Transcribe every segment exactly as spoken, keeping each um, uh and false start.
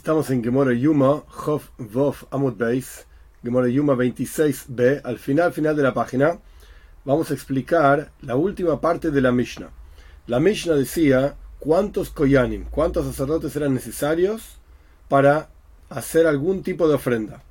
Estamos en Gemara Yuma, Chof Vof Amud Beis, Gemara Yuma veintiséis b, al final, final de la página, vamos a explicar la última parte de la Mishnah. La Mishnah decía cuántos koyanim, cuántos sacerdotes eran necesarios para hacer algún tipo de ofrenda.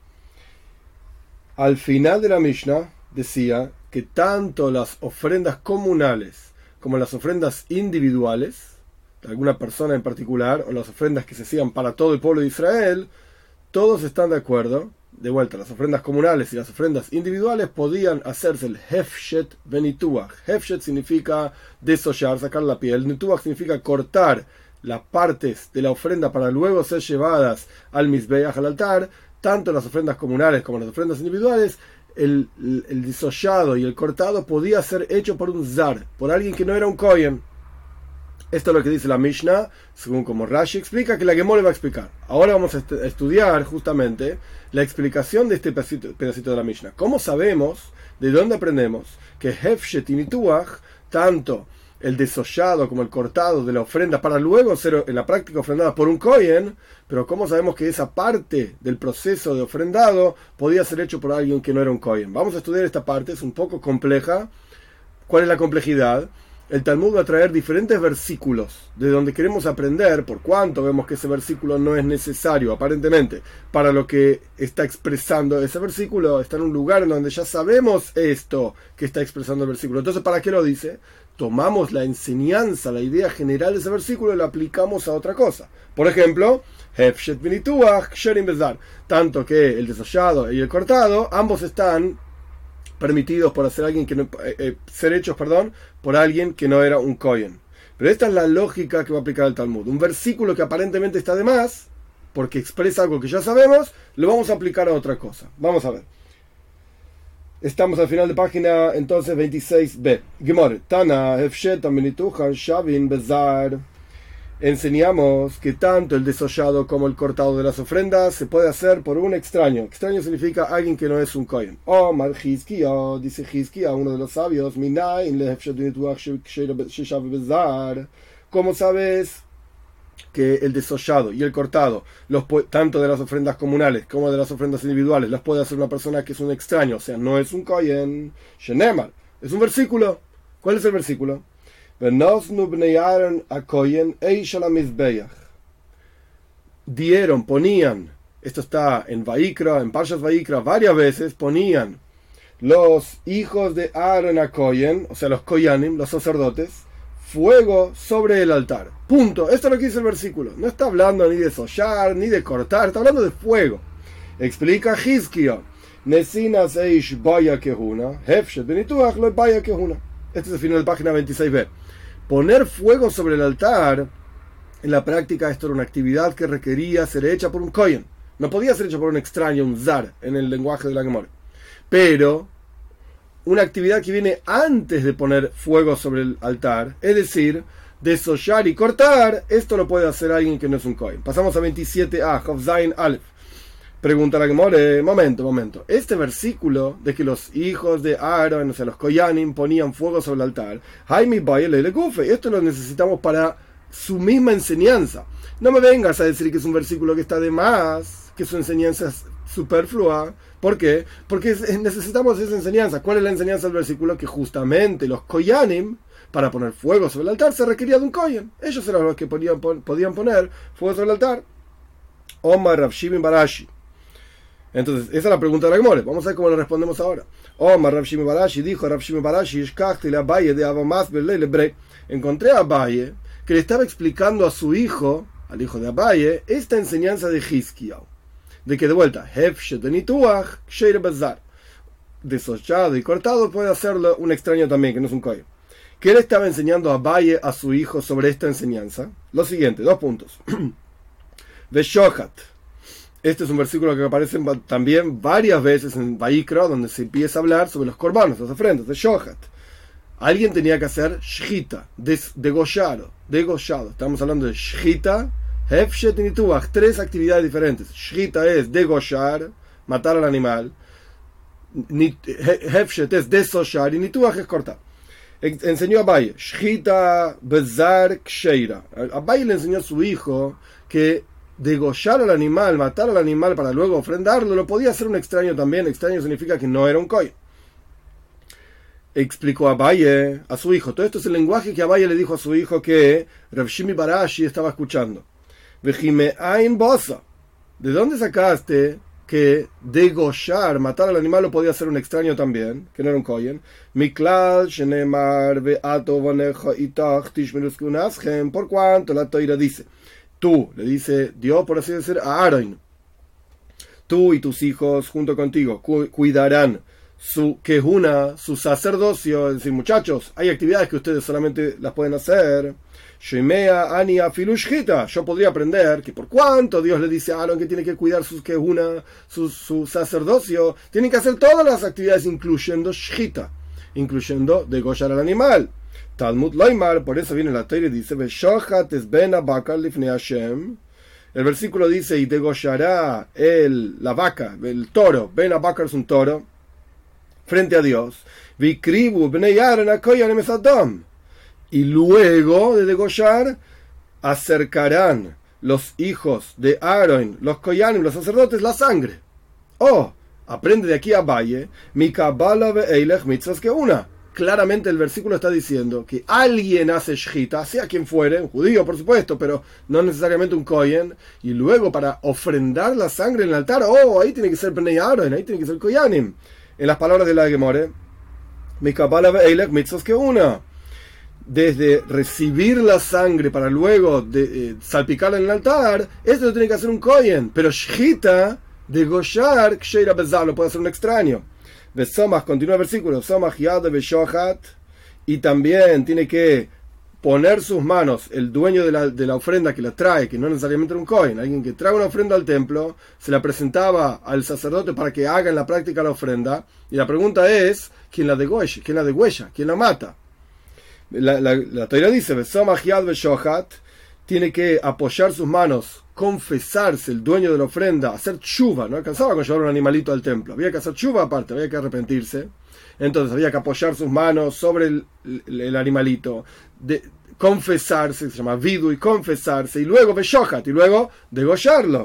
Al final de la Mishnah decía que tanto las ofrendas comunales como las ofrendas individuales de alguna persona en particular, o las ofrendas que se hacían para todo el pueblo de Israel, todos están de acuerdo. De vuelta, las ofrendas comunales y las ofrendas individuales podían hacerse el hefshet benituach. Hefshet significa desollar, sacar la piel. Nituach significa cortar las partes de la ofrenda para luego ser llevadas al mizbeach, al altar. Tanto las ofrendas comunales como las ofrendas individuales, el, el, el desollado y el cortado podía ser hecho por un zar, por alguien que no era un kohen. Esto es lo que dice la Mishnah, según como Rashi explica, que la Gemara va a explicar. Ahora vamos a est- estudiar justamente la explicación de este pedacito, pedacito de la Mishnah. ¿Cómo sabemos, de dónde aprendemos, que Hefshet y Nituach, tanto el desollado como el cortado de la ofrenda, para luego ser en la práctica ofrendada por un kohen, pero cómo sabemos que esa parte del proceso de ofrendado podía ser hecho por alguien que no era un kohen? Vamos a estudiar esta parte, es un poco compleja. ¿Cuál es la complejidad? El Talmud va a traer diferentes versículos de donde queremos aprender por cuánto vemos que ese versículo no es necesario, aparentemente, para lo que está expresando ese versículo. Está en un lugar en donde ya sabemos esto que está expresando el versículo. Entonces, ¿para qué lo dice? Tomamos la enseñanza, la idea general de ese versículo y la aplicamos a otra cosa. Por ejemplo, Hefshet benituach ksherim bezar. Tanto que el desollado y el cortado, ambos están permitidos por hacer alguien que no, eh, eh, ser hechos, perdón, por alguien que no era un kohen. Pero esta es la lógica que va a aplicar el Talmud. Un versículo que aparentemente está de más, porque expresa algo que ya sabemos, lo vamos a aplicar a otra cosa. Vamos a ver. Estamos al final de página, entonces, veintiséis b. Gemara, Tana, Hefshet, Amenituchan, Shavin, Bezar. Enseñamos que tanto el desollado como el cortado de las ofrendas se puede hacer por un extraño. Extraño significa alguien que no es un kohen. O Mar Hizkia, dice Hizkia, uno de los sabios, ¿cómo sabes que el desollado y el cortado, los, tanto de las ofrendas comunales como de las ofrendas individuales, las puede hacer una persona que es un extraño? O sea, no es un kohen. Shenemar, es un versículo. ¿Cuál es el versículo? Dieron, ponían, esto está en Vaikra, en Parshas Vaikra, varias veces ponían los hijos de Aaron a Kohen, o sea, los Koyanim, los sacerdotes, fuego sobre el altar. Punto. Esto es lo que dice el versículo. No está hablando ni de sollar, ni de cortar, está hablando de fuego. Explica Hizkia. Nesinas eish baya kehuna, hefshet benituach lo baya kehuna. Este es el final de página veintiséis b. Poner fuego sobre el altar, en la práctica esto era una actividad que requería ser hecha por un kohen. No podía ser hecha por un extraño, un zar, en el lenguaje de la Gemara. Pero una actividad que viene antes de poner fuego sobre el altar, es decir, desollar y cortar, esto lo puede hacer alguien que no es un kohen. Pasamos a veintisiete a, Chof Zayin Aleph. Pregunta la Gemara, momento, momento. Este versículo de que los hijos de Aaron, o sea, los Koyanim, ponían fuego sobre el altar, esto lo necesitamos para su misma enseñanza. No me vengas a decir que es un versículo que está de más, que su enseñanza es superflua. ¿Por qué? Porque necesitamos esa enseñanza. ¿Cuál es la enseñanza del versículo? Que justamente los Koyanim, para poner fuego sobre el altar, se requería de un Kohen. Ellos eran los que podían, podían poner fuego sobre el altar. Omar Rav Shimon bar Ashi. Entonces, esa es la pregunta de la Gemara. Vamos a ver cómo lo respondemos ahora. Omar Rav Shimon bar Ashi dijo, Rav Shimon bar Ashi, encontré a Abaye que le estaba explicando a su hijo, al hijo de Abaye, esta enseñanza de Hizkia, de que de vuelta, Hefshet benituach ksheir bezar, desollado y cortado puede hacerlo un extraño también, que no es un kohen. ¿Qué le estaba enseñando a Abaye a su hijo sobre esta enseñanza? Lo siguiente, dos puntos. Veshohat. Este es un versículo que aparece también varias veces en Vaikra, donde se empieza a hablar sobre los corbanos, las ofrendas, de Shohat. Alguien tenía que hacer shchita, degollado, degollado. Estamos hablando de shchita, hefshet y nituach, tres actividades diferentes. Shchita es degollar, matar al animal. Hefshet es desollar y nituach es cortar. Enseñó a Abaye, shchita bezar ksheira. Abaye le enseñó a su hijo que degollar al animal, matar al animal para luego ofrendarlo, lo podía hacer un extraño también. Extraño significa que no era un kohen. Explicó a Abaye, a su hijo. Todo esto es el lenguaje que Abaye le dijo a su hijo que Rav Shimi Barashi estaba escuchando. Vejime ain bosa. ¿De dónde sacaste que degollar, matar al animal, lo podía hacer un extraño también, que no era un kohen? Miklal shenemar ve'ato vanecha itach tishmerus kunashem. Por cuanto la Toira dice, tú, le dice Dios, por así decir, a Aaron, tú y tus hijos junto contigo cu- cuidarán su quejuna, su sacerdocio. Es decir, muchachos, hay actividades que ustedes solamente las pueden hacer. Shemea ania filushita. Yo podría aprender que por cuanto Dios le dice a Aaron que tiene que cuidar su quejuna, su, su sacerdocio, tienen que hacer todas las actividades, incluyendo shita, incluyendo degollar al animal. Talmud Loimar, por eso viene la Torah y dice, Veshohat es ben abakar lifnei Hashem. El versículo dice, y degollará el, la vaca, el toro, ben abakar es un toro, frente a Dios. Vikribu bnei Aaron akoyanim es Adam. Y luego de degollar, acercarán los hijos de Aaron, los koyanim, los sacerdotes, la sangre. Oh, aprende de aquí a Valle, mi kabbalah ve'eilech mitzvahs que una. Claramente el versículo está diciendo que alguien hace shchita, sea quien fuere, un judío por supuesto, pero no necesariamente un kohen, y luego para ofrendar la sangre en el altar, oh, ahí tiene que ser bnei Aaron, ahí tiene que ser koyanim. En las palabras de la Gemore, mi kabbalah ve'eilech mitzvahs que una. Desde recibir la sangre para luego de, eh, salpicarla en el altar, esto lo tiene que hacer un kohen, pero shchita, degollar, ksheira bezar, lo puede hacer un extraño. Vesomach, continúa el versículo, somach yad veshohat, y también tiene que poner sus manos, el dueño de la, de la ofrenda que la trae, que no necesariamente era un kohen, alguien que trae una ofrenda al templo, se la presentaba al sacerdote para que haga en la práctica la ofrenda, y la pregunta es, ¿quién la degüella? ¿Quién la degüella? ¿Quién la mata? La, la, la Torah dice, Vesomach yad veshohat, tiene que apoyar sus manos, confesarse el dueño de la ofrenda, hacer tshuva, no alcanzaba con llevar un animalito al templo, había que hacer tshuva aparte, había que arrepentirse, entonces había que apoyar sus manos sobre el, el, el animalito, de, confesarse, se llama vidu, y confesarse, y luego veshohat, y luego degollarlo.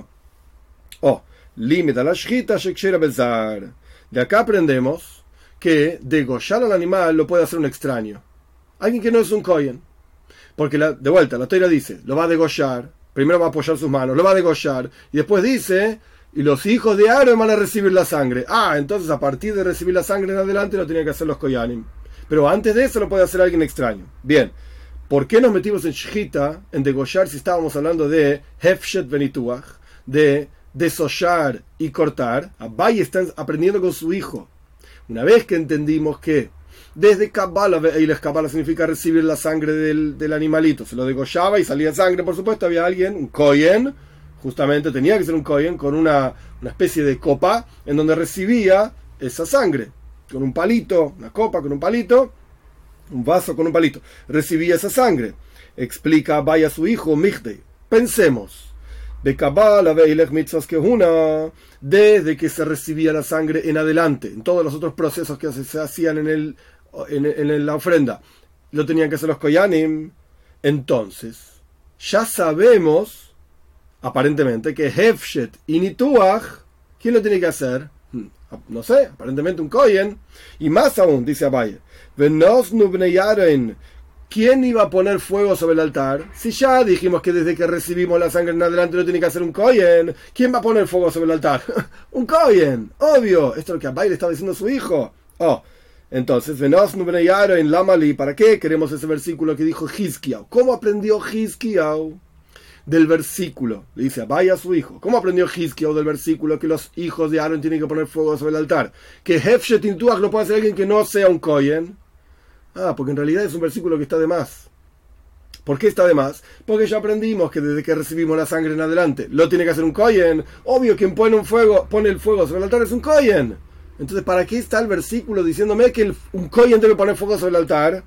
Oh, límite a la shchita shekshera bezar. De acá aprendemos que degollar al animal lo puede hacer un extraño, alguien que no es un kohen. Porque la, de vuelta, la Torah dice, lo va a degollar, primero va a apoyar sus manos, lo va a degollar, y después dice, y los hijos de Aaron van a recibir la sangre. Ah, entonces a partir de recibir la sangre en adelante lo tenían que hacer los koyanim. Pero antes de eso lo puede hacer alguien extraño. Bien, ¿por qué nos metimos en shchita, en degollar, si estábamos hablando de hefshet benituach, de desollar y cortar? Abaye está aprendiendo con su hijo. Una vez que entendimos que desde Kabbalah, y la Kabbalah significa recibir la sangre del, del animalito, se lo degollaba y salía sangre, por supuesto, había alguien, un kohen, justamente tenía que ser un kohen, con una, una especie de copa en donde recibía esa sangre, con un palito, una copa con un palito, un vaso con un palito, recibía esa sangre. Explica vaya su hijo, Mihdei. Pensemos, de Kabbalah veilech mitzvahs que una, desde que se recibía la sangre en adelante, en todos los otros procesos que se, se hacían en el En, en la ofrenda, lo tenían que hacer los koyanim. Entonces, ya sabemos, aparentemente, que hefshet y nituach, ¿quién lo tiene que hacer? No sé, aparentemente un kohen. Y más aún, dice Abaye, venosnu bnei Aaron, ¿quién iba a poner fuego sobre el altar? Si ya dijimos que desde que recibimos la sangre en adelante lo tiene que hacer un kohen, ¿quién va a poner fuego sobre el altar? Un kohen, obvio. Esto es lo que Abaye le estaba diciendo a su hijo. Oh, entonces, Venosnu bnei Aaron lamali, ¿para qué queremos ese versículo que dijo Hizkiyahu? ¿Cómo aprendió Hizkiyahu del versículo? Le dice Abaye a su hijo. ¿Cómo aprendió Hizkiyahu del versículo que los hijos de Aaron tienen que poner fuego sobre el altar? Que Hefshet y Nituach lo puede hacer alguien que no sea un kohen. Ah, porque en realidad es un versículo que está de más. ¿Por qué está de más? Porque ya aprendimos que desde que recibimos la sangre en adelante lo tiene que hacer un kohen. Obvio, quien pone un fuego, pone el fuego sobre el altar es un kohen. Entonces, ¿para qué está el versículo diciéndome que el, un kohen debe poner fuego sobre el altar?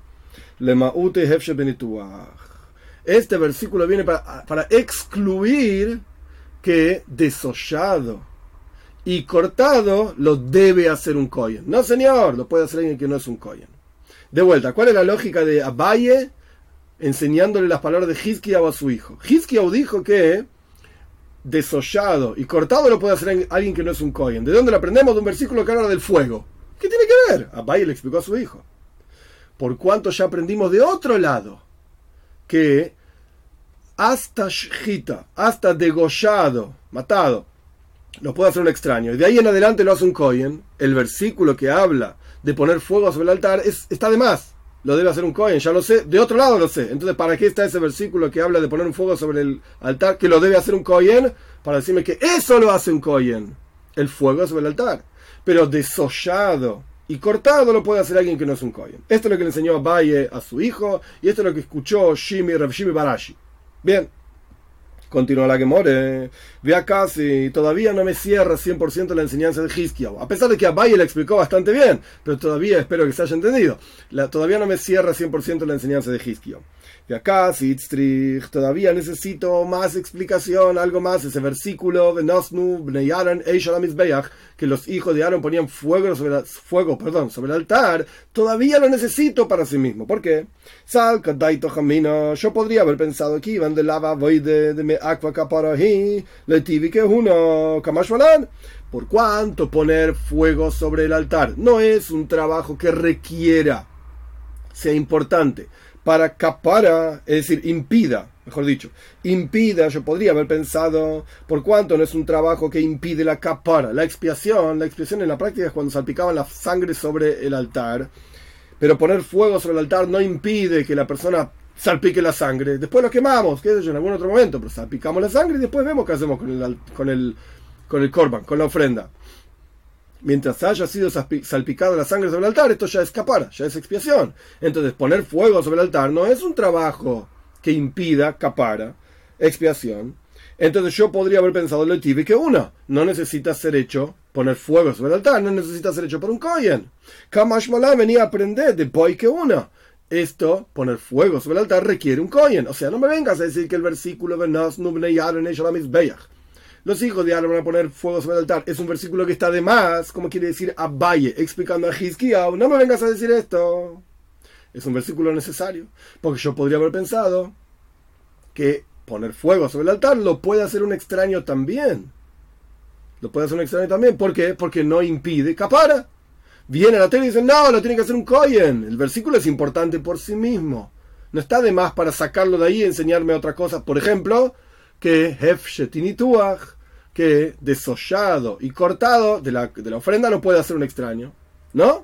Este versículo viene para, para excluir que desollado y cortado lo debe hacer un kohen. No, señor, lo puede hacer alguien que no es un kohen. De vuelta, ¿cuál es la lógica de Abaye enseñándole las palabras de Hizkiyahu a su hijo? Hizkiyahu dijo que desollado y cortado lo puede hacer alguien que no es un Kohen. ¿De dónde lo aprendemos? De un versículo que habla del fuego. ¿Qué tiene que ver? Abaye le explicó a su hijo. Por cuanto ya aprendimos de otro lado que hasta shchita, hasta degollado, matado, lo puede hacer un extraño. Y de ahí en adelante lo hace un Kohen. El versículo que habla de poner fuego sobre el altar es, está de más. Lo debe hacer un Kohen, ya lo sé. De otro lado lo sé. Entonces, ¿para qué está ese versículo que habla de poner un fuego sobre el altar? Que lo debe hacer un Kohen. Para decirme que eso lo hace un Kohen. El fuego sobre el altar. Pero desollado y cortado lo puede hacer alguien que no es un Kohen. Esto es lo que le enseñó Abaye a su hijo. Y esto es lo que escuchó Shimi, Rav Shimi Barashi. Bien. Continúa la Gemore. Ve acá si todavía no me cierra cien por ciento la enseñanza de Hizkiyahu. A pesar de que Abaye la explicó bastante bien, pero todavía espero que se haya entendido. La, todavía no me cierra cien por ciento la enseñanza de Hizkiyahu. Ve acá si Itztrich, todavía necesito más explicación, algo más. Ese versículo, Venosnu, Bnei Aaron, Eishal HaMizbeach, que los hijos de Aaron ponían fuego sobre, la, fuego, perdón, sobre el altar, todavía lo necesito para sí mismo. ¿Por qué? Sal, Kadaito Jamino, yo podría haber pensado que iban de lava, voy de, de me aqua caparahi, le tivi que uno, Kamashwalan. Por cuanto poner fuego sobre el altar no es un trabajo que requiera, sea importante, para capara, es decir, impida, mejor dicho, impida, yo podría haber pensado, por cuanto no es un trabajo que impide la capara, la expiación, la expiación en la práctica es cuando salpicaban la sangre sobre el altar, pero poner fuego sobre el altar no impide que la persona salpique la sangre, después lo quemamos, qué sé yo, en algún otro momento, pero salpicamos la sangre y después vemos qué hacemos con el, con el, con el korban, con la ofrenda. Mientras haya sido salpicada la sangre sobre el altar, esto ya es capara, ya es expiación. Entonces, poner fuego sobre el altar no es un trabajo que impida capara, expiación. Entonces, yo podría haber pensado lo tibi que uno no necesita ser hecho, poner fuego sobre el altar, no necesita ser hecho por un Kohen. Kamash Malá venía a aprender de boy que uno. Esto, poner fuego sobre el altar, requiere un Kohen. O sea, no me vengas a decir que el versículo Venos Nubnei Aaron Eishal HaMizbeach, los hijos de Aaron van a poner fuego sobre el altar, es un versículo que está de más, como quiere decir Abaye, explicando a Hizkiyahu. No me vengas a decir esto. Es un versículo necesario, porque yo podría haber pensado que poner fuego sobre el altar lo puede hacer un extraño también. Lo puede hacer un extraño también. ¿Por qué? Porque no impide capara. Viene a la tele y dice, no, lo tiene que hacer un Kohen. El versículo es importante por sí mismo. No está de más para sacarlo de ahí y enseñarme otra cosa. Por ejemplo, que Hefshetinituach, que desollado y cortado de la, de la ofrenda lo puede hacer un extraño. ¿No?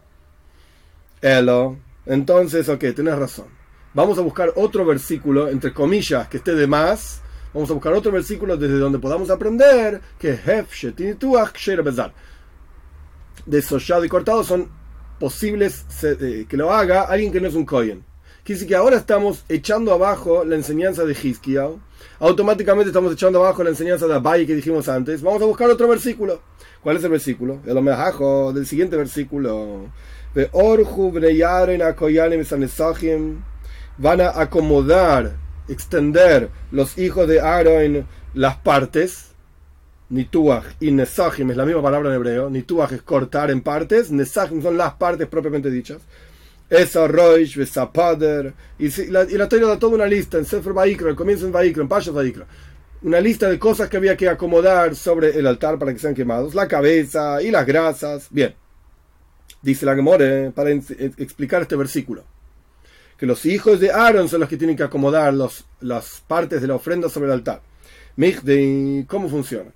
Elo. Entonces, ok, tenés razón. Vamos a buscar otro versículo, entre comillas, que esté de más. Vamos a buscar otro versículo desde donde podamos aprender que Hefshetinituach Sheira Bezar. Desollado y cortado son posibles eh, que lo haga alguien que no es un Kohen. Quiere decir que ahora estamos echando abajo la enseñanza de Hizkiyahu. Automáticamente estamos echando abajo la enseñanza de Abaye que dijimos antes. Vamos a buscar otro versículo. ¿Cuál es el versículo? El homenaje del siguiente versículo. De Orhu Bneyaren Akoyanim Sanesachim. Van a acomodar, extender los hijos de Aaron las partes. Nituach y Nesachim es la misma palabra en hebreo. Nituach es cortar en partes. Nesachim son las partes propiamente dichas. Esa Roish, Besapader, y la, y la Torah da toda una lista en Sefer Vayikra, al comienzo en Vayikra, en Pashas Vayikra, una lista de cosas que había que acomodar sobre el altar para que sean quemados, la cabeza y las grasas. Bien, dice la Gemore para en, en, explicar este versículo, que los hijos de Aaron son los que tienen que acomodar los, las partes de la ofrenda sobre el altar. Mihdei, ¿cómo funciona?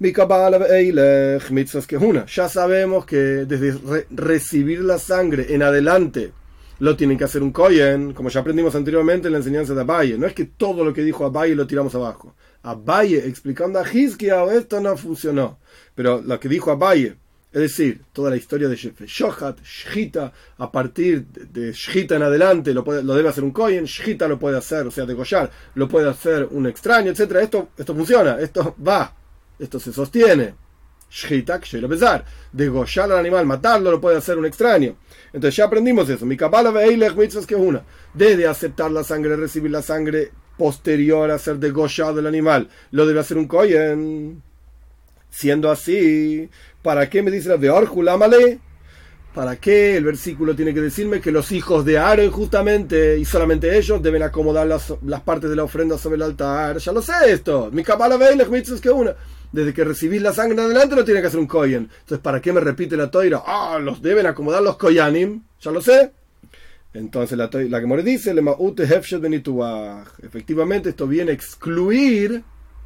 Ya sabemos que desde re recibir la sangre en adelante lo tienen que hacer un Kohen, como ya aprendimos anteriormente en la enseñanza de Abaye. No es que todo lo que dijo Abaye lo tiramos abajo. Abaye explicando a Hizkiyahu, esto no funcionó. Pero lo que dijo Abaye, es decir, toda la historia de Shohat, Shchita, a partir de Shchita en adelante lo, puede, lo debe hacer un Kohen, Shchita lo puede hacer, o sea, degollar, lo puede hacer un extraño, etcétera. Esto, esto funciona, esto va. Esto se sostiene. Shchita, ksheira bezar. Degollar al animal, matarlo, lo puede hacer un extraño. Entonces ya aprendimos eso. Mi kabbalah ve'eilech mitzvos que una. Desde aceptar la sangre, recibir la sangre posterior a ser degollado el animal, lo debe hacer un Kohen. Siendo así, ¿para qué me dice la ve'orhu lamale? ¿Para qué el versículo tiene que decirme que los hijos de Aarón justamente y solamente ellos deben acomodar las, las partes de la ofrenda sobre el altar? Ya lo sé esto. Mi cabala veilech mitzvos que una. Desde que recibís la sangre adelante no tiene que hacer un kohen. Entonces, ¿para qué me repite la toira? Ah, los deben acomodar los koyanim. Ya lo sé. Entonces la, la Gemara dice, efectivamente esto viene a excluir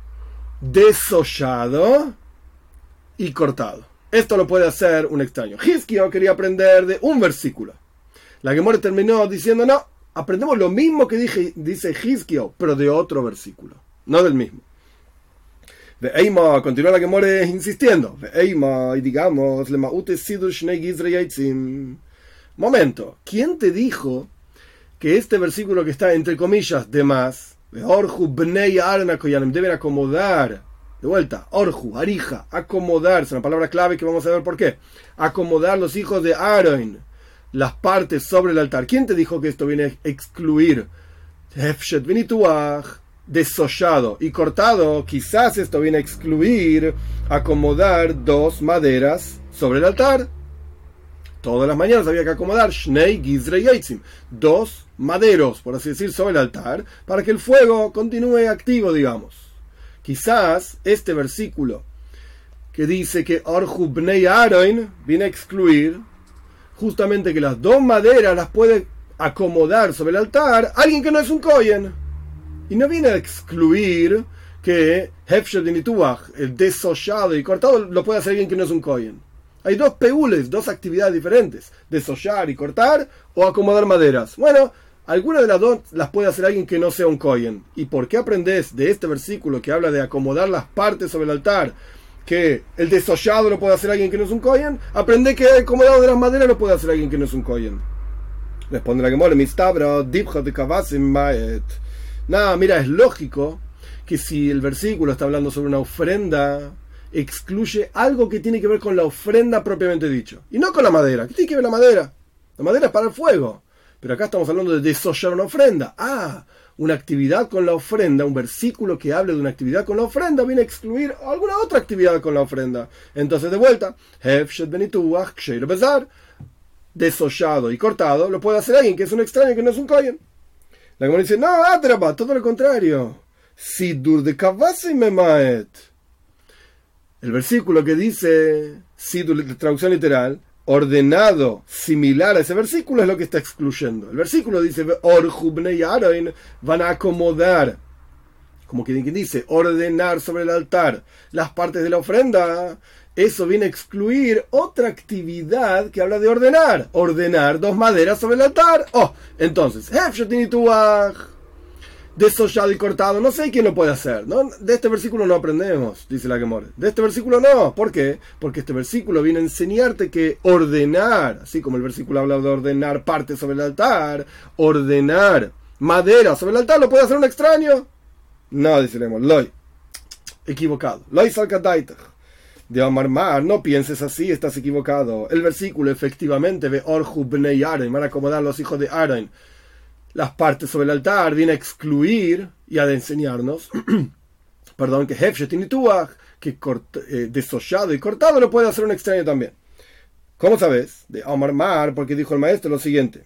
desollado y cortado. Esto lo puede hacer un extraño. Hizkio quería aprender de un versículo. La Gemara terminó diciendo, no, aprendemos lo mismo que dije, dice Hizkio, pero de otro versículo, no del mismo. Ve'eima, continúa la Gemara insistiendo. Ve'eima, y digamos, lemaute sidur shnei gizrei yaitzim. Momento, ¿quién te dijo que este versículo que está entre comillas de más, Orju bnei Aaron koyanim, deben acomodar, de vuelta, Orju, arija, acomodar, es una palabra clave que vamos a ver por qué, acomodar los hijos de Aaron, las partes sobre el altar? ¿Quién te dijo que esto viene a excluir Hefshet benituach, desollado y cortado? Quizás esto viene a excluir acomodar dos maderas sobre el altar. Todas las mañanas había que acomodar Shnei Gizrei Yaitzim, dos maderos, por así decir, sobre el altar, para que el fuego continúe activo, digamos. Quizás este versículo que dice que Orju bnei Aaron viene a excluir justamente que las dos maderas las puede acomodar sobre el altar alguien que no es un kohen. Y no viene a excluir que Hefshet benituach, el desollado y cortado, lo puede hacer alguien que no es un kohen. Hay dos peules, dos actividades diferentes, desollar y cortar o acomodar maderas. Bueno, alguna de las dos las puede hacer alguien que no sea un kohen. ¿Y por qué aprendes de este versículo que habla de acomodar las partes sobre el altar que el desollado lo puede hacer alguien que no es un kohen? Aprende que el acomodado de las maderas lo puede hacer alguien que no es un kohen. Responde la Gemara, mistabra dibcha de kavasim maet. Nada, mira, es lógico que si el versículo está hablando sobre una ofrenda, excluye algo que tiene que ver con la ofrenda propiamente dicho, y no con la madera. ¿Qué tiene que ver la madera? La madera es para el fuego, pero acá estamos hablando de desollar una ofrenda. Ah, una actividad con la ofrenda, un versículo que hable de una actividad con la ofrenda viene a excluir alguna otra actividad con la ofrenda. Entonces, de vuelta, Hefshet benituach ksheir bezar, desollado y cortado lo puede hacer alguien que es un extraño, que no es un kohen. La Gemara dice, no, atrapa, todo lo contrario. Sidur de kavasim memaet. El versículo que dice, Sidur, traducción literal, ordenado, similar a ese versículo, es lo que está excluyendo. El versículo dice, Orju bnei Aaron, van a acomodar, como quien dice, ordenar sobre el altar las partes de la ofrenda. Eso viene a excluir otra actividad que habla de ordenar. Ordenar dos maderas sobre el altar. Oh, entonces, desollado y cortado, no sé quién lo puede hacer, ¿no? De este versículo no aprendemos, dice la Gemara. De este versículo no. ¿Por qué? Porque este versículo viene a enseñarte que ordenar, así como el versículo habla de ordenar partes sobre el altar, ordenar madera sobre el altar, ¿lo puede hacer un extraño? No, dice la Gemara. Loy. Equivocado. Loy salkadaitach. De Omar Mar, no pienses así, estás equivocado. El versículo efectivamente ve Orju bnei Aaron, van a acomodar los hijos de Aaron las partes sobre el altar, viene a excluir y a enseñarnos, perdón, que Hefshet benituach, que cort, eh, desollado y cortado lo puede hacer un extraño también. ¿Cómo sabes? De Omar Mar, porque dijo el maestro lo siguiente,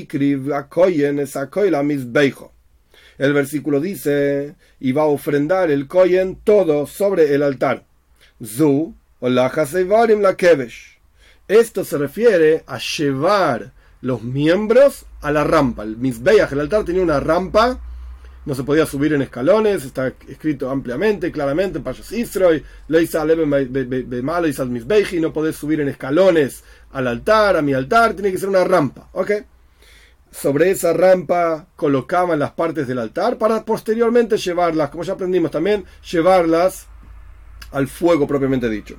el versículo dice, y va a ofrendar el kohen todo sobre el altar. Zu, la kevesh. Esto se refiere a llevar los miembros a la rampa. El Mizbeach, el altar, tenía una rampa, no se podía subir en escalones, está escrito ampliamente, claramente en Pashas Israel, no podés subir en escalones al altar, a mi altar, tiene que ser una rampa, ¿ok? Sobre esa rampa colocaban las partes del altar para posteriormente llevarlas, como ya aprendimos también, llevarlas al fuego propiamente dicho.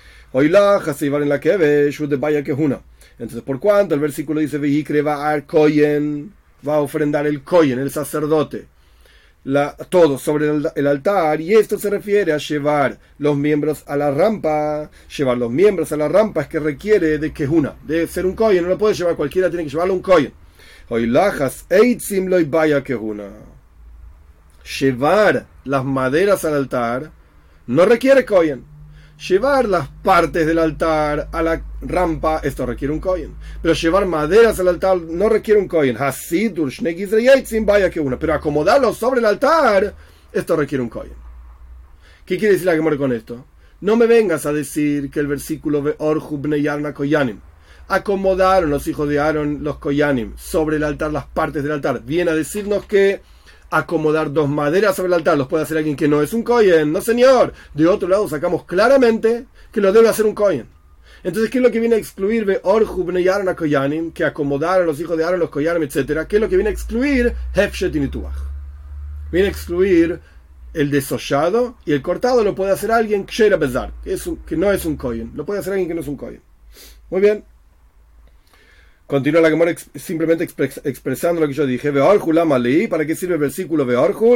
Entonces, por cuanto el versículo dice va a kohen, va a ofrendar el kohen, el sacerdote, la, todo sobre el, el altar, y esto se refiere a llevar los miembros a la rampa. Llevar los miembros a la rampa es que requiere de kehuna, de ser un kohen, no lo puede llevar cualquiera, tiene que llevarlo un kohen. Llevar las maderas al altar no requiere kohen. Llevar las partes del altar a la rampa, esto requiere un kohen. Pero llevar maderas al altar no requiere un kohen. Vaya que una. Pero acomodarlos sobre el altar, esto requiere un kohen. ¿Qué quiere decir la Gemara con esto? No me vengas a decir que el versículo de Orhu bnei Aaron koyanim, acomodaron los hijos de Aaron los koyanim sobre el altar, las partes del altar. Viene a decirnos que acomodar dos maderas sobre el altar los puede hacer alguien que no es un kohen. No, señor. De otro lado sacamos claramente que lo debe hacer un kohen. Entonces, ¿qué es lo que viene a excluir de Orhu bnei Aaron koyanim, que acomodaron los hijos de Aaron los koyanim, etcétera? ¿Qué es lo que viene a excluir? Hefshet y nituach. Viene a excluir el desollado, y el cortado lo puede hacer alguien que es un, que no es un kohen. Lo puede hacer alguien que no es un kohen. Muy bien. Continúa la Gemara ex, simplemente expres, expresando lo que yo dije. ¿Para qué sirve el versículo?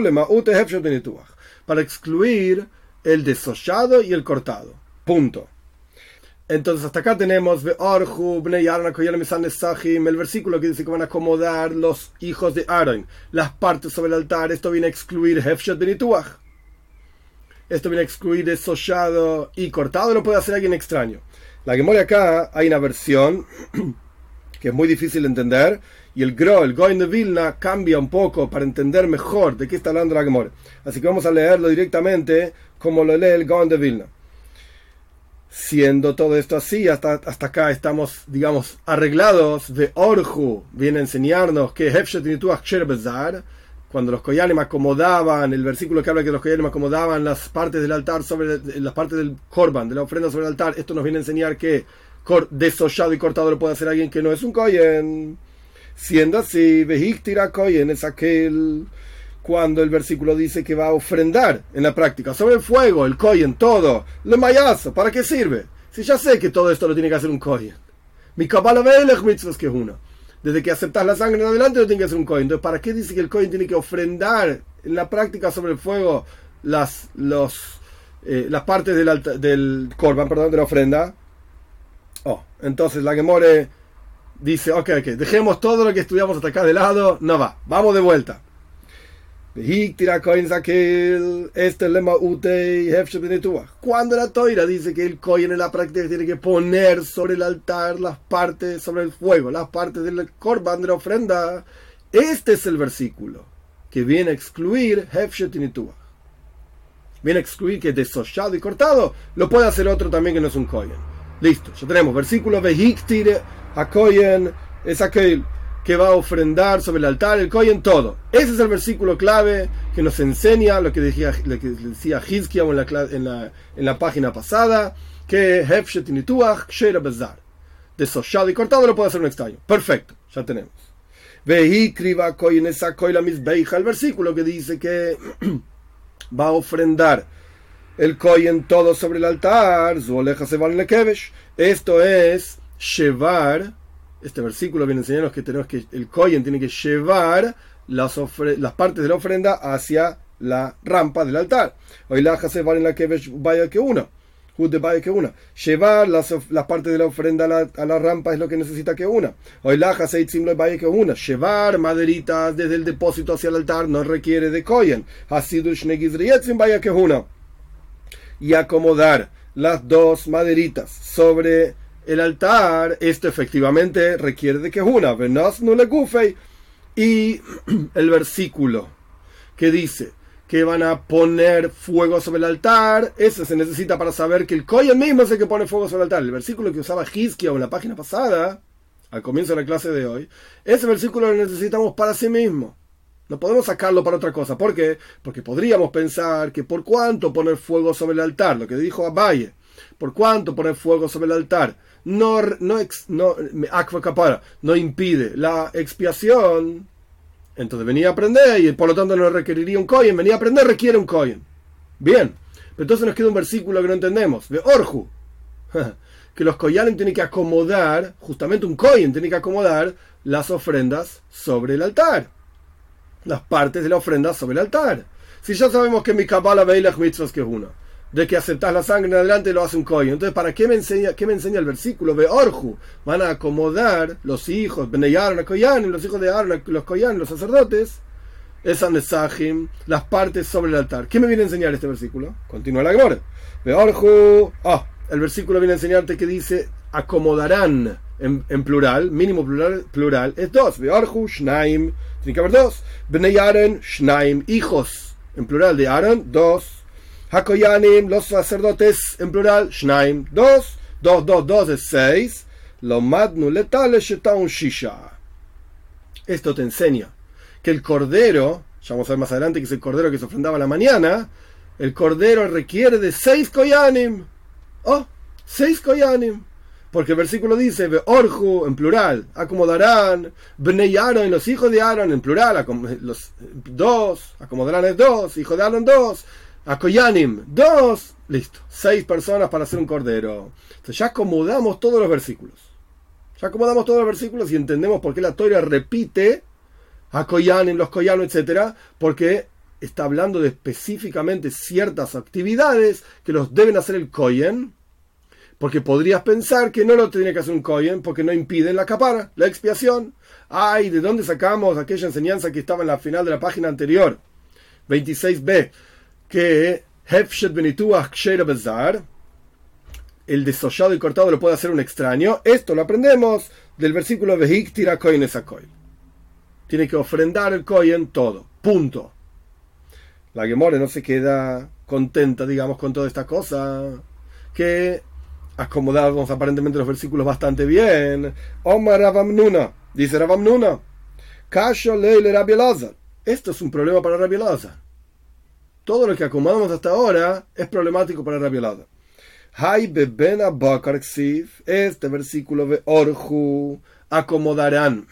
Para excluir el desollado y el cortado. Punto. Entonces hasta acá tenemos el versículo que dice que van a acomodar los hijos de Aaron las partes sobre el altar. Esto viene a excluir Hefshet benituach. Esto viene a excluir desollado y cortado. Lo puede hacer alguien extraño. La Gemara acá hay una versión que es muy difícil de entender, y el Gro, el Goin de Vilna, cambia un poco para entender mejor de qué está hablando la Gemara. Así que vamos a leerlo directamente como lo lee el Goin de Vilna. Siendo todo esto así, hasta, hasta acá estamos, digamos, arreglados. De Orhu viene a enseñarnos que Hefshet nituach ksher bezar, cuando los koyanim acomodaban, el versículo que habla que los koyanim acomodaban las partes del altar sobre las partes del korban, de la ofrenda sobre el altar, esto nos viene a enseñar que desollado y cortado lo puede hacer alguien que no es un kohen. Siendo así, vehiktira kohen es aquel cuando el versículo dice que va a ofrendar en la práctica sobre el fuego, el kohen, todo, le mayazo, ¿para qué sirve? Si ya sé que todo esto lo tiene que hacer un kohen. Mi kabbalah ve'elech mitzvos que es una. Desde que aceptas la sangre en adelante lo tiene que hacer un kohen. Entonces, ¿para qué dice que el kohen tiene que ofrendar en la práctica sobre el fuego las, los, eh, las partes del, alta, del korban, perdón, de la ofrenda? Oh, entonces la Gemara dice, ok, ok, dejemos todo lo que estudiamos hasta acá de lado, no va, vamos de vuelta. Cuando la Toira dice que el kohen en la práctica tiene que poner sobre el altar las partes, sobre el fuego, las partes del korban, de la ofrenda, este es el versículo que viene a excluir Hefshet y Nituach. Viene a excluir que desollado y cortado lo puede hacer otro también que no es un kohen. Listo, ya tenemos versículo Vehiktir a kohen es aquel que va a ofrendar sobre el altar, el kohen, todo. Ese es el versículo clave que nos enseña lo que decía, lo que decía Hizkia en la, en, la, en la página pasada, que Hefshet y Nituach ksher bezar. Desollado y cortado lo puede hacer un extraño. Perfecto, ya tenemos. Vehikriva kohen es aquel la misbeija, el versículo que dice que va a ofrendar el kohen todo sobre el altar. Esto es llevar. Este versículo viene a enseñarnos que tenemos que el kohen tiene que llevar las, ofre, las partes de la ofrenda hacia la rampa del altar. Vaya que una. Llevar las, las partes de la ofrenda a la, a la rampa es lo que necesita que una. Llevar maderitas desde el depósito hacia el altar no requiere de kohen. Vaya que una. Y acomodar las dos maderitas sobre el altar, esto efectivamente requiere de que una, y el versículo que dice que van a poner fuego sobre el altar, eso se necesita para saber que el kohen mismo es el que pone fuego sobre el altar. El versículo que usaba Hizkia en la página pasada, al comienzo de la clase de hoy, ese versículo lo necesitamos para sí mismo. No podemos sacarlo para otra cosa. ¿Por qué? Porque podríamos pensar que por cuánto poner fuego sobre el altar, lo que dijo Abaye, por cuánto poner fuego sobre el altar, no, no, no, no impide la expiación, entonces venía a aprender y por lo tanto no requeriría un kohen. Venía a aprender requiere un kohen. Bien, pero entonces nos queda un versículo que no entendemos, de Orhu, que los koyanim tienen que acomodar, justamente un kohen tiene que acomodar las ofrendas sobre el altar. Las partes de la ofrenda sobre el altar. Si ya sabemos que mi kabbalah veilach mitzvos que es uno, de que aceptas la sangre en adelante lo hace un kohen, entonces ¿para qué me enseña, qué me enseña el versículo? Ve Orhu, van a acomodar los hijos, Bnei Aaron, koyanim, los hijos de Aaron, los koyanim, los sacerdotes, Esan Nesachim, las partes sobre el altar. ¿Qué me viene a enseñar este versículo? Continúa la Gemara. Veorju. Ah, el versículo viene a enseñarte que dice acomodarán en, en plural, mínimo plural, plural, es dos. Veorju, Shnaim, tiene que haber dos. Bnei Aaron, Shnaim, hijos, en plural de Aaron, dos. Hakoyanim, los sacerdotes, en plural, Shnaim, dos. Dos, dos, dos es seis. Lo madnu letale shetaun shisha. Esto te enseña que el cordero, ya vamos a ver más adelante que es el cordero que se ofrendaba a la mañana, el cordero requiere de seis koyanim. Oh, seis koyanim. Porque el versículo dice, Veorju, en plural, acomodarán, Bnei Aaron, los hijos de Aaron, en plural, los dos, acomodarán es dos, hijo de Aaron, dos, Akoyanim, dos, listo, seis personas para hacer un cordero. Entonces ya acomodamos todos los versículos. Ya acomodamos todos los versículos y entendemos por qué la Torah repite a Koyanim, los Koyanim, etcétera, porque está hablando de específicamente ciertas actividades que los deben hacer el Kohen, porque podrías pensar que no lo tiene que hacer un Kohen porque no impiden la capara, la expiación. Ay, ¿de dónde sacamos aquella enseñanza que estaba en la final de la página anterior? veintiséis b, que Hefshet Benituach Ksheira Bezar, el desollado y cortado lo puede hacer un extraño. Esto lo aprendemos del versículo Vehiktira Kohen Esakoil. Tiene que ofrendar el Kohen todo. Punto. La Gemara no se queda contenta, digamos, con toda esta cosa. Que acomodamos aparentemente los versículos bastante bien. Omar Rabamnuna. Dice Rabamnuna. Kasho Leile Rabbi Elazar. Esto es un problema para Rabbi Elazar. Todo lo que acomodamos hasta ahora es problemático para Rabbi Elazar. Hay beben abakar ksif. Este versículo de Orju. Acomodarán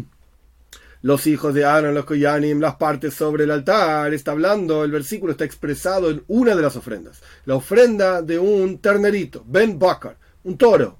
los hijos de Aaron, los Koyanim, las partes sobre el altar. Está hablando, el versículo está expresado en una de las ofrendas. La ofrenda de un ternerito, Ben Bakar, un toro.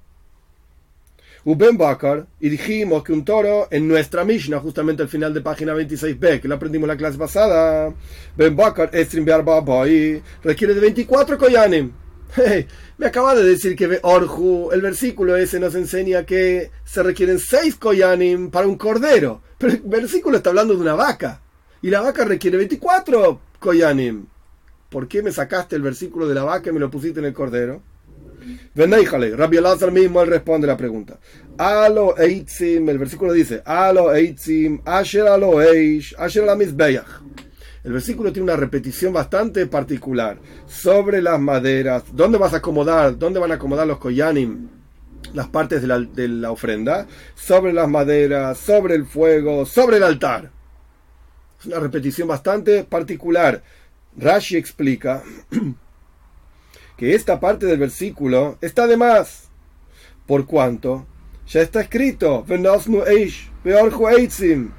Un Ben Bakar, y dijimos que un toro, en nuestra Mishnah, justamente al final de página veintiséis b, que lo aprendimos en la clase pasada, Ben Bakar, Estrim Be'arba Boy, requiere de veinticuatro Koyanim. Hey, me acaba de decir que Orju, el versículo ese nos enseña que se requieren seis koyanim para un cordero, pero el versículo está hablando de una vaca y la vaca requiere veinticuatro koyanim. ¿Por qué me sacaste el versículo de la vaca y me lo pusiste en el cordero? Venéjale, Rabbi Elazar mismo él responde la pregunta. Alo eitzim, el versículo dice, Alo eitzim, asher alo eish, asher la mizbeach. El versículo tiene una repetición bastante particular sobre las maderas. ¿Dónde vas a acomodar? ¿Dónde van a acomodar los koyanim? Las partes de la, de la ofrenda. Sobre las maderas, sobre el fuego, sobre el altar. Es una repetición bastante particular. Rashi explica que esta parte del versículo está de más. ¿Por cuánto? Ya está escrito. Venosnu eish, veorju eitzim.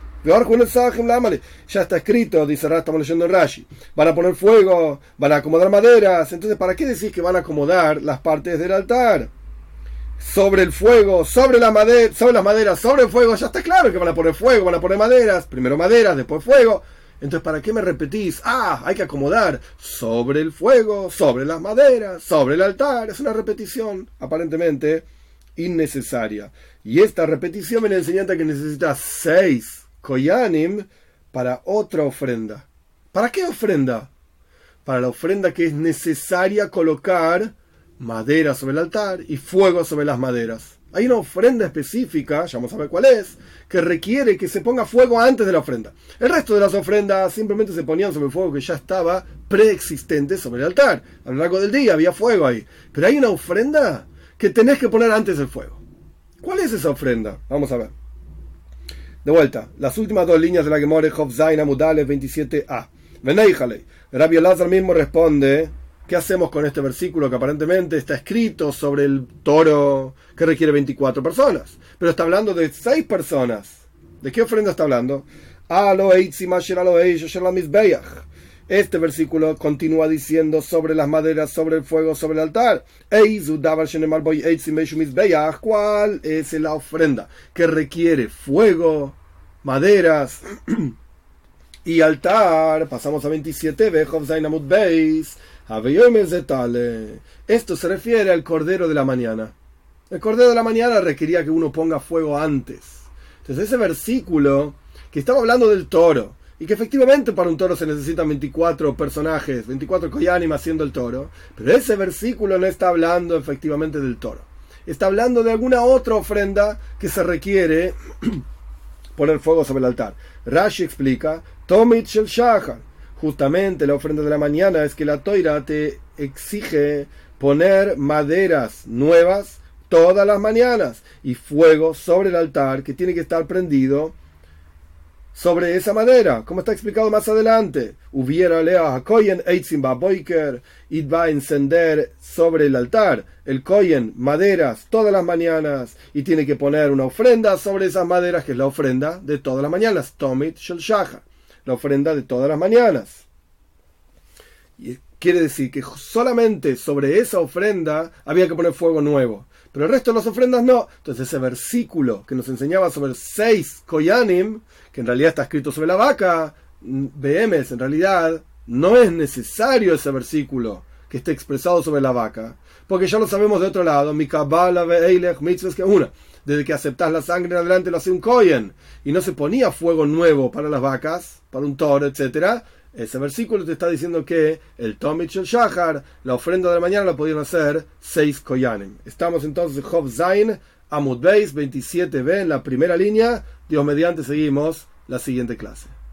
Ya está escrito, dice Rashi, estamos leyendo en Rashi. Van a poner fuego, van a acomodar maderas. Entonces, ¿para qué decís que van a acomodar las partes del altar? Sobre el fuego, sobre la madera, sobre las maderas, sobre el fuego. Ya está claro que van a poner fuego, van a poner maderas. Primero maderas, después fuego. Entonces, ¿para qué me repetís? Ah, hay que acomodar sobre el fuego, sobre las maderas, sobre el altar. Es una repetición, aparentemente, innecesaria. Y esta repetición me enseña que necesita seis Koyanim para otra ofrenda. ¿Para qué ofrenda? Para la ofrenda que es necesaria colocar madera sobre el altar y fuego sobre las maderas. Hay una ofrenda específica, ya vamos a ver cuál es, que requiere que se ponga fuego antes de la ofrenda. El resto de las ofrendas simplemente se ponían sobre el fuego que ya estaba preexistente sobre el altar. A lo largo del día había fuego ahí. Pero hay una ofrenda que tenés que poner antes del fuego. ¿Cuál es esa ofrenda? Vamos a ver. De vuelta, las últimas dos líneas de la Gemara, Chof Zayin Amud Aleph veintisiete a. Venéjale. Rabbi Elazar mismo responde, ¿qué hacemos con este versículo que aparentemente está escrito sobre el toro que requiere veinticuatro personas? Pero está hablando de seis personas. ¿De qué ofrenda está hablando? Este versículo continúa diciendo sobre las maderas, sobre el fuego, sobre el altar. ¿Cuál es la ofrenda que requiere fuego, maderas y altar? Pasamos a veintisiete. Esto se refiere al cordero de la mañana. El cordero de la mañana requería que uno ponga fuego antes. Entonces ese versículo que estaba hablando del toro, y que efectivamente para un toro se necesitan veinticuatro personajes, veinticuatro koyanim haciendo el toro, pero ese versículo no está hablando efectivamente del toro. Está hablando de alguna otra ofrenda que se requiere poner fuego sobre el altar. Rashi explica, Tomit shel Shachar, justamente la ofrenda de la mañana es que la Toira te exige poner maderas nuevas todas las mañanas y fuego sobre el altar que tiene que estar prendido sobre esa madera, como está explicado más adelante. Hubiera lea a Koyen Eitzim Baboiker, y va a encender sobre el altar el Koyen maderas todas las mañanas y tiene que poner una ofrenda sobre esas maderas, que es la ofrenda de todas las mañanas, Tomit Shel Shachar, la ofrenda de todas las mañanas. Y quiere decir que solamente sobre esa ofrenda había que poner fuego nuevo, pero el resto de las ofrendas no. Entonces ese versículo que nos enseñaba sobre seis koyanim, que en realidad está escrito sobre la vaca, B M S, en realidad no es necesario ese versículo que esté expresado sobre la vaca, porque ya lo sabemos de otro lado, mi kabbalah ve'eilech mitzvahs que una, desde que aceptás la sangre en adelante lo hace un kohen, y no se ponía fuego nuevo para las vacas, para un toro, etcétera. Ese versículo te está diciendo que el Tomit Shel Shachar, la ofrenda de la mañana, la podían hacer seis koyanim. Estamos entonces en Chov Zain, Amud Beis, veintisiete b, en la primera línea. Dios mediante, seguimos la siguiente clase.